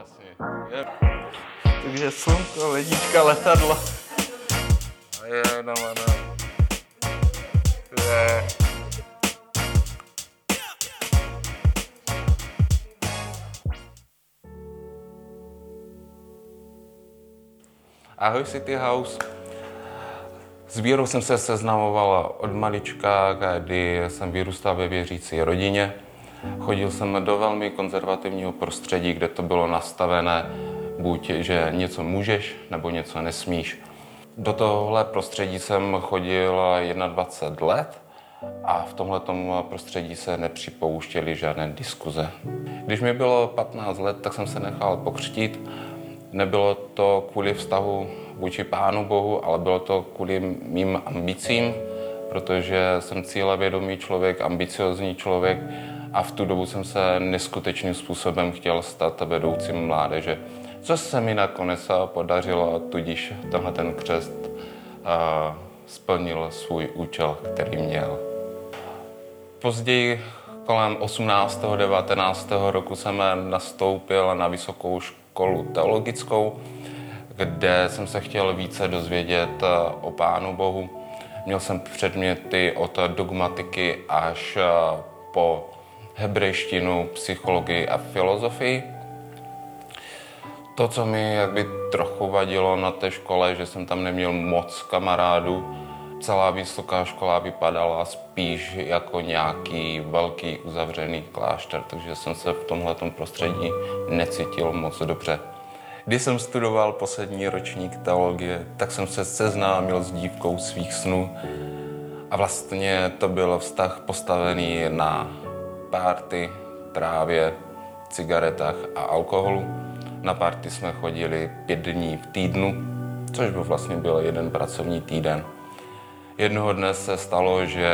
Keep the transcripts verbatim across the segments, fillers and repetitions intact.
Jasně. Je. Takže slunko, ledíčka, letadlo. A je, no, no. Je. Ahoj City House. S vírou jsem se seznamoval od malička, kdy jsem vyrůstal ve věřící rodině. Chodil jsem do velmi konzervativního prostředí, kde to bylo nastavené buď, že něco můžeš, nebo něco nesmíš. Do tohohle prostředí jsem chodil dvacet jedna let a v tomhletom prostředí se nepřipouštěly žádné diskuze. Když mi bylo patnáct let, tak jsem se nechal pokřtít. Nebylo to kvůli vztahu vůči Pánu Bohu, ale bylo to kvůli mým ambicím, protože jsem cílevědomý člověk, ambiciozní člověk a v tu dobu jsem se neskutečným způsobem chtěl stát vedoucím mládeže, což se mi nakonec podařilo a tudíž tenhle ten křest uh, splnil svůj účel, který měl. Později kolem osmnáctého devatenáctého roku jsem nastoupil na vysokou školu teologickou, kde jsem se chtěl více dozvědět o Pánu Bohu. Měl jsem předměty od dogmatiky až po hebrejštinu, psychologii a filozofii. To, co mi jakby trochu vadilo na té škole, že jsem tam neměl moc kamarádů. Celá vysoká škola vypadala spíš jako nějaký velký uzavřený klášter, takže jsem se v tomhletom prostředí necítil moc dobře. Když jsem studoval poslední ročník teologie, tak jsem se seznámil s dívkou svých snů a vlastně to byl vztah postavený na party, trávě, cigaretách a alkoholu. Na party jsme chodili pět dní v týdnu, což by vlastně byl jeden pracovní týden. Jednoho dne se stalo, že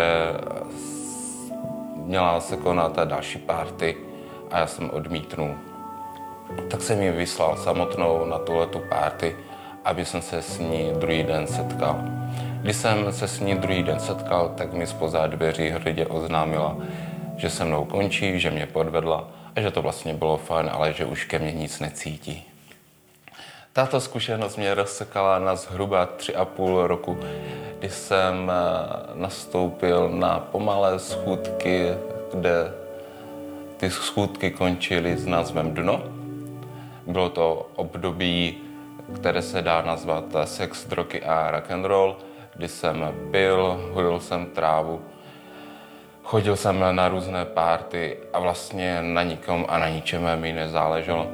měla se konat další party a já jsem odmítnul. Tak jsem ji vyslal samotnou na tuhletu party, aby jsem se s ní druhý den setkal. Když jsem se s ní druhý den setkal, tak mi zpoza dveří hrdě oznámila, že se mnou končí, že mě podvedla a že to vlastně bylo fajn, ale že už ke mně nic necítí. Tato zkušenost mě rozsekala na zhruba tři a půl roku, kdy jsem nastoupil na pomalé schůdky, kde ty schůdky končily s názvem Dno. Bylo to období, které se dá nazvat sex, drogy a rock and roll, kdy jsem pil, hojil jsem trávu, chodil jsem na různé party a vlastně na nikom a na ničem mi nezáleželo.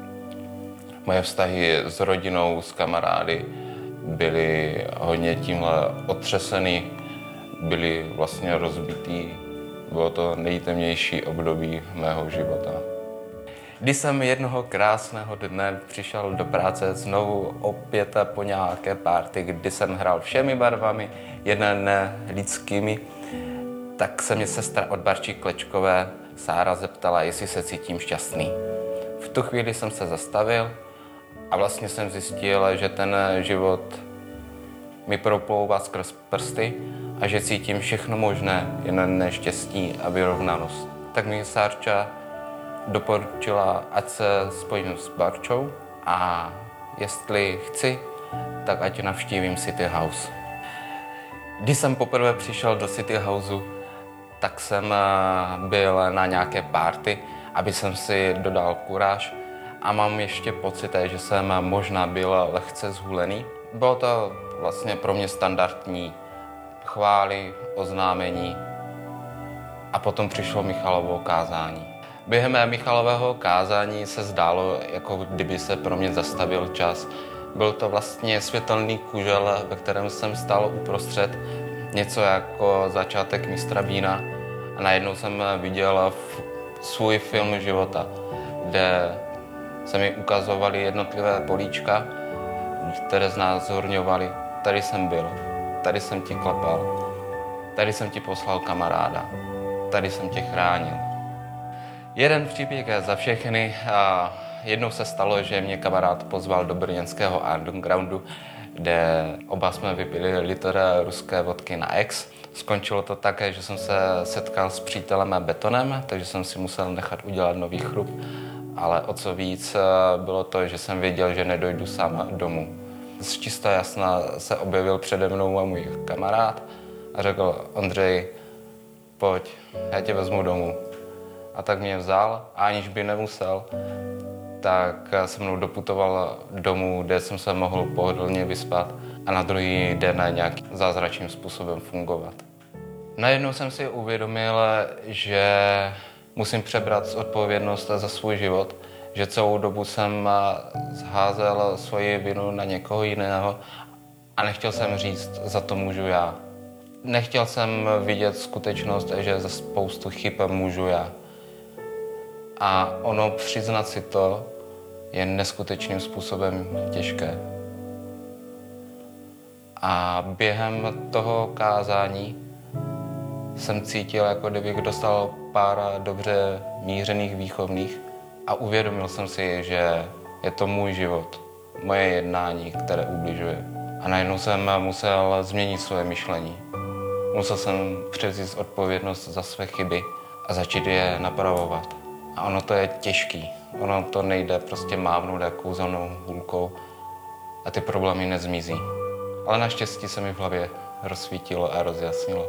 Moje vztahy s rodinou, s kamarády byly hodně tímhle otřesený, byly vlastně rozbitý. Bylo to nejtemnější období mého života. Když jsem jednoho krásného dne přišel do práce znovu opět po nějaké party, kdy jsem hrál všemi barvami, jeden lidskými, tak se mě sestra od Barčí Klečkové, Sára, zeptala, jestli se cítím šťastný. V tu chvíli jsem se zastavil a vlastně jsem zjistil, že ten život mi proplouvá skrz prsty a že cítím všechno možné, jen neštěstí a vyrovnanost. Tak mi Sárča doporučila, ať se spojím s Barčou a jestli chci, tak ať navštívím City House. Když jsem poprvé přišel do City Houseu, tak jsem byl na nějaké party, aby jsem si dodal kuráž a mám ještě pocit, že jsem možná byl lehce zhulený. Bylo to vlastně pro mě standardní chvály, oznámení a potom přišlo Michalovo kázání. Během Michalového kázání se zdálo, jako kdyby se pro mě zastavil čas. Byl to vlastně světelný kužel, ve kterém jsem stál uprostřed, něco jako začátek mistra Bína. A najednou jsem viděl svůj film života, kde se mi ukazovaly jednotlivé políčka, které znázorňovaly. Tady jsem byl, tady jsem ti klepal, tady jsem ti poslal kamaráda, tady jsem tě chránil. Jeden příběh za všechny. A jednou se stalo, že mě kamarád pozval do brněnského undergroundu, kde oba jsme vypili litr ruské vodky na ex. Skončilo to tak, že jsem se setkal s přítelem Betonem, takže jsem si musel nechat udělat nový chrup ale o co víc bylo to, že jsem věděl, že nedojdu sám domů. Z čista jasna se objevil přede mnou můj kamarád a řekl: Ondřej, pojď, já tě vezmu domů. A tak mě vzal a aniž by nemusel, tak se mnou doputoval domů, kde jsem se mohl pohodlně vyspat a na druhý den nějakým zázračným způsobem fungovat. Najednou jsem si uvědomil, že musím přebrat odpovědnost za svůj život, že celou dobu jsem zházel svoji vinu na někoho jiného a nechtěl jsem říct, za to můžu já. Nechtěl jsem vidět skutečnost, že za spoustu chyb můžu já. A ono přiznat si to je neskutečným způsobem těžké. A během toho kázání jsem cítil, jako kdybych dostal pár dobře mířených výchovných a uvědomil jsem si, že je to můj život, moje jednání, které ubližuje. A najednou jsem musel změnit své myšlení. Musel jsem převzít odpovědnost za své chyby a začít je napravovat. A ono to je těžký. Ono to nejde prostě mávnout jako kouzelnou hůlkou a ty problémy nezmizí. Ale naštěstí se mi v hlavě rozsvítilo a rozjasnilo.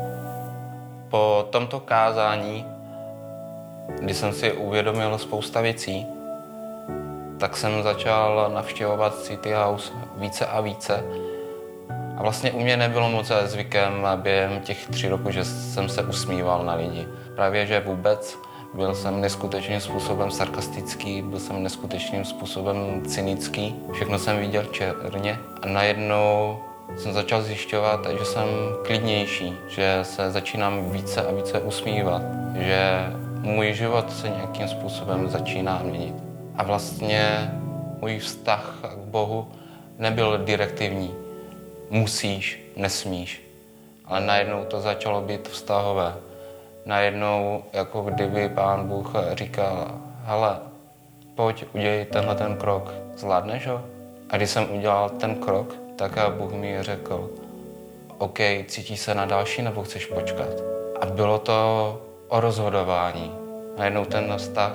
Po tomto kázání, kdy jsem si uvědomil spousta věcí, tak jsem začal navštěvovat City House více a více. A vlastně u mě nebylo moc zvykem během těch tří roků, že jsem se usmíval na lidi. Právě že vůbec. Byl jsem neskutečným způsobem sarkastický, byl jsem neskutečným způsobem cynický. Všechno jsem viděl černě a najednou jsem začal zjišťovat, že jsem klidnější, že se začínám více a více usmívat, že můj život se nějakým způsobem začíná měnit. A vlastně můj vztah k Bohu nebyl direktivní. Musíš, nesmíš. Ale najednou to začalo být vztahové. Najednou, jako kdyby Pán Bůh říkal: hele, pojď, udělej tenhle ten krok, zvládneš ho? A když jsem udělal ten krok, tak Bůh mi řekl: OK, cítíš se na další, nebo chceš počkat? A bylo to o rozhodování. Najednou ten vztah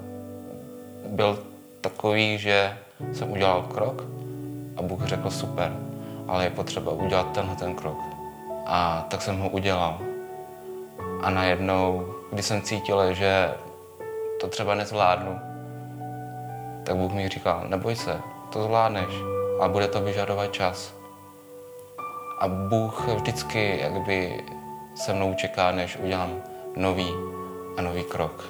byl takový, že jsem udělal krok a Bůh řekl: super, ale je potřeba udělat tenhle ten krok. A tak jsem ho udělal. A najednou, když jsem cítil, že to třeba nezvládnu, tak Bůh mi říkal: neboj se, to zvládneš, ale bude to vyžadovat čas. A Bůh vždycky jakby se mnou čeká, než udělám nový a nový krok.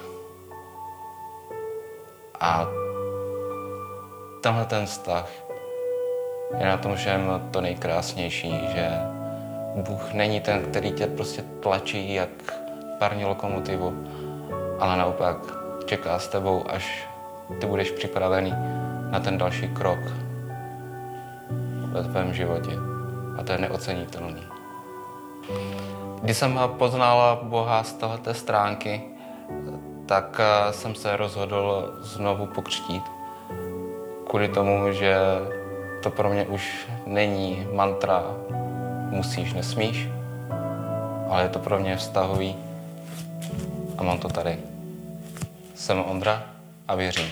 A tenhle ten vztah je na tom všem to nejkrásnější, že Bůh není ten, který tě prostě tlačí jak parní lokomotivu, ale naopak čeká s tebou, až ty budeš připravený na ten další krok ve tvém životě. A to je neocenitelný. Když jsem poznal Boha z této stránky, tak jsem se rozhodl znovu pokřtít. Kvůli tomu, že to pro mě už není mantra musíš, nesmíš, ale je to pro mě vztahový a mám to tady. Jsem Ondra a věřím.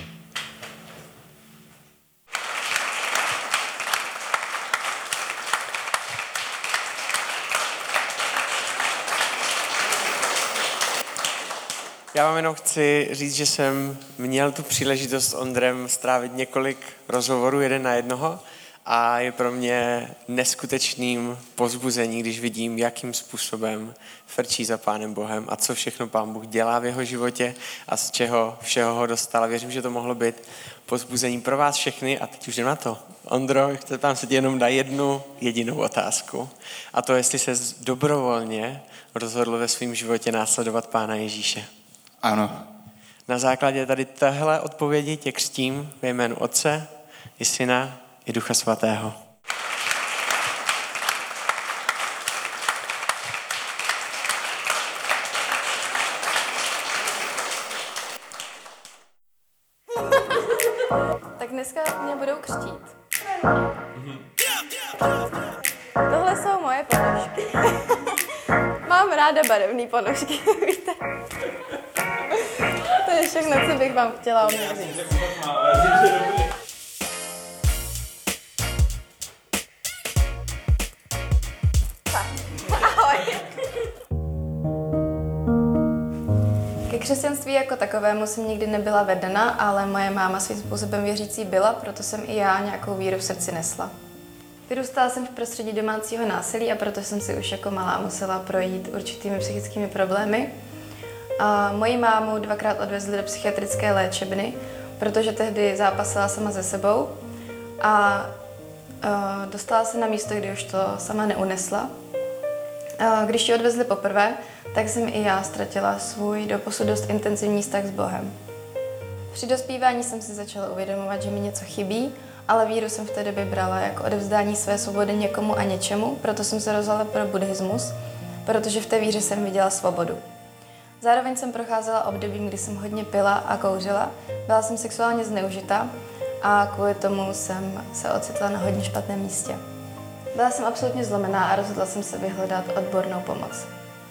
Já vám jenom chci říct, že jsem měl tu příležitost s Ondrem strávit několik rozhovorů jeden na jednoho a je pro mě neskutečným povzbuzením, když vidím, jakým způsobem frčí za Pánem Bohem a co všechno Pán Bůh dělá v jeho životě a z čeho všeho ho dostal. Věřím, že to mohlo být povzbuzení pro vás všechny a teď už jdem na to. Ondro, zeptám se tě jenom na jednu jedinou otázku a to, jestli se dobrovolně rozhodl ve svém životě následovat Pána Ježíše. Ano. Na základě tady téhle odpovědi tě křtím ve jménu Otce i Syna i Ducha Svatého. Tak dneska mě budou křtít. Tohle jsou moje ponožky. Mám ráda barevné ponožky, víte. To To je všechno, co bych vám chtěla o mě říct. Ahoj. Ke křesťanství jako takovému jsem nikdy nebyla vedena, ale moje máma svým způsobem věřící byla, proto jsem i já nějakou víru v srdci nesla. Vyrůstala jsem v prostředí domácího násilí a proto jsem si už jako malá musela projít určitými psychickými problémy. A moji mámu dvakrát odvezli do psychiatrické léčebny, protože tehdy zápasila sama se sebou a, a dostala se na místo, kdy už to sama neunesla. A když ji odvezli poprvé, tak jsem i já ztratila svůj doposud dost intenzivní vztah s Bohem. Při dospívání jsem si začala uvědomovat, že mi něco chybí, ale víru jsem v té době brala jako odevzdání své svobody někomu a něčemu, proto jsem se rozhodla pro buddhismus, protože v té víře jsem viděla svobodu. Zároveň jsem procházela obdobím, kdy jsem hodně pila a kouřila, byla jsem sexuálně zneužita a kvůli tomu jsem se ocitla na hodně špatném místě. Byla jsem absolutně zlomená a rozhodla jsem se vyhledat odbornou pomoc.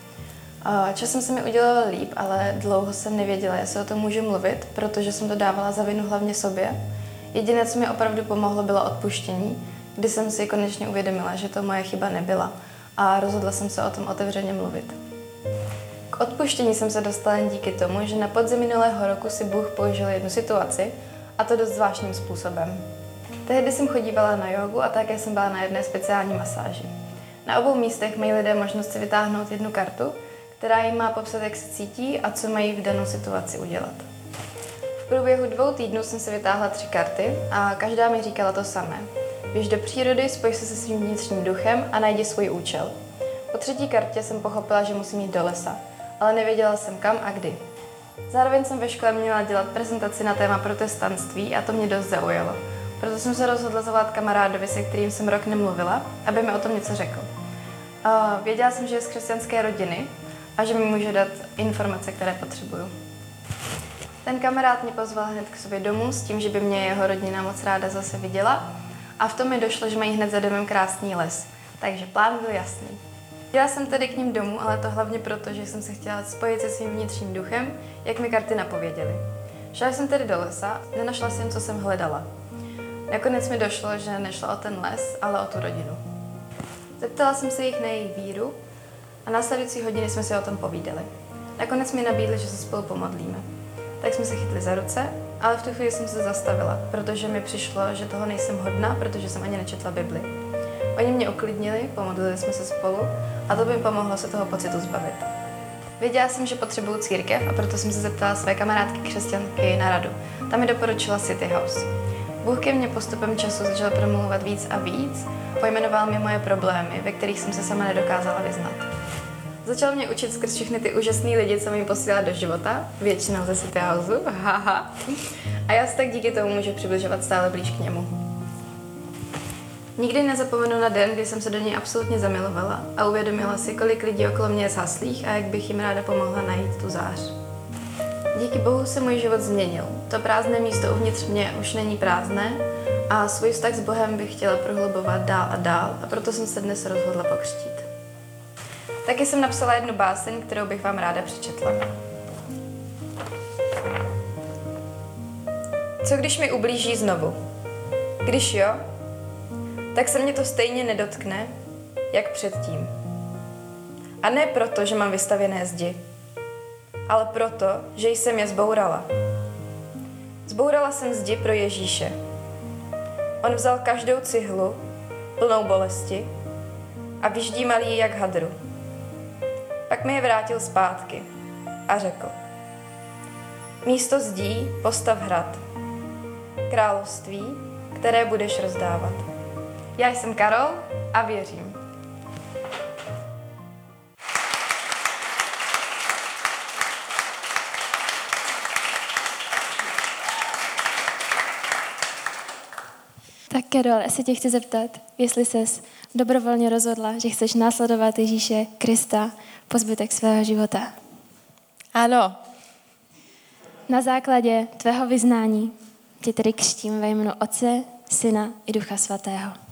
Časem se mi udělalo líp, ale dlouho jsem nevěděla, jestli o tom můžu mluvit, protože jsem to dávala za vinu hlavně sobě. Jediné, co mi opravdu pomohlo, bylo odpuštění, kdy jsem si konečně uvědomila, že to moje chyba nebyla a rozhodla jsem se o tom otevřeně mluvit. K odpuštění jsem se dostala jen díky tomu, že na podzim minulého roku si Bůh použil jednu situaci, a to dost zvláštním způsobem. Tehdy jsem chodívala na jogu a také jsem byla na jedné speciální masáži. Na obou místech mají lidé možnost si vytáhnout jednu kartu, která jim má popsat, jak se cítí a co mají v danou situaci udělat. V průběhu dvou týdnů jsem si vytáhla tři karty a každá mi říkala to samé. Běž do přírody, spoj se se svým vnitřním duchem a najdi svůj účel. Po třetí kartě jsem pochopila, že musím jít do lesa, ale nevěděla jsem kam a kdy. Zároveň jsem ve škole měla dělat prezentaci na téma protestantství a to mě dost zaujalo. Proto jsem se rozhodla zavolat kamarádovi, se kterým jsem rok nemluvila, aby mi o tom něco řekl. Věděla jsem, že je z křesťanské rodiny a že mi může dát informace, které potřebuju. Ten kamarád mě pozval hned k sobě domů s tím, že by mě jeho rodina moc ráda zase viděla a v tom mi došlo, že mají hned za domem krásný les, takže plán byl jasný. Jela jsem tedy k ním domů, ale to hlavně proto, že jsem se chtěla spojit se svým vnitřním duchem, jak mi karty napověděly. Šla jsem tedy do lesa, nenašla jsem, co jsem hledala. Nakonec mi došlo, že nešlo o ten les, ale o tu rodinu. Zeptala jsem se jich na jejich víru a následující hodiny jsme si o tom povídali. Nakonec mi nabídli, že se spolu pomodlíme. Tak jsme se chytli za ruce, ale v tu chvíli jsem se zastavila, protože mi přišlo, že toho nejsem hodná, protože jsem ani nečetla Bibli. Oni mě uklidnili, pomodlili jsme se spolu a to by mi pomohlo se toho pocitu zbavit. Věděla jsem, že potřebuju církev a proto jsem se zeptala své kamarádky křesťanky na radu. Ta mi doporučila City House. Bůh ke mně postupem času začal promlouvat víc a víc, pojmenoval mi moje problémy, ve kterých jsem se sama nedokázala vyznat. Začal mě učit skrz všechny ty úžasný lidi, co mi posílá do života, většinou ze City Houseu, haha. A já se tak díky tomu můžu přibližovat stále blíž k němu. Nikdy nezapomenu na den, kdy jsem se do něj absolutně zamilovala a uvědomila si, kolik lidí okolo mě je zhaslých a jak bych jim ráda pomohla najít tu zář. Díky Bohu se můj život změnil. To prázdné místo uvnitř mě už není prázdné a svůj vztah s Bohem bych chtěla prohlubovat dál a dál a proto jsem se dnes rozhodla pokřtít. Taky jsem napsala jednu báseň, kterou bych vám ráda přečetla. Co když mi ublíží znovu? Když jo, tak se mě to stejně nedotkne, jak předtím. A ne proto, že mám vystavěné zdi, ale proto, že jsem je zbourala. Zbourala jsem zdi pro Ježíše. On vzal každou cihlu, plnou bolesti, a vyždímal ji jak hadru. Pak mi je vrátil zpátky a řekl: místo zdí postav hrad, království, které budeš rozdávat. Já jsem Karol a věřím. Tak Karol, já se tě chci zeptat, jestli ses dobrovolně rozhodla, že chceš následovat Ježíše Krista po zbytek svého života. Ano. Na základě tvého vyznání tě tedy křtím ve jménu Otce, Syna i Ducha Svatého.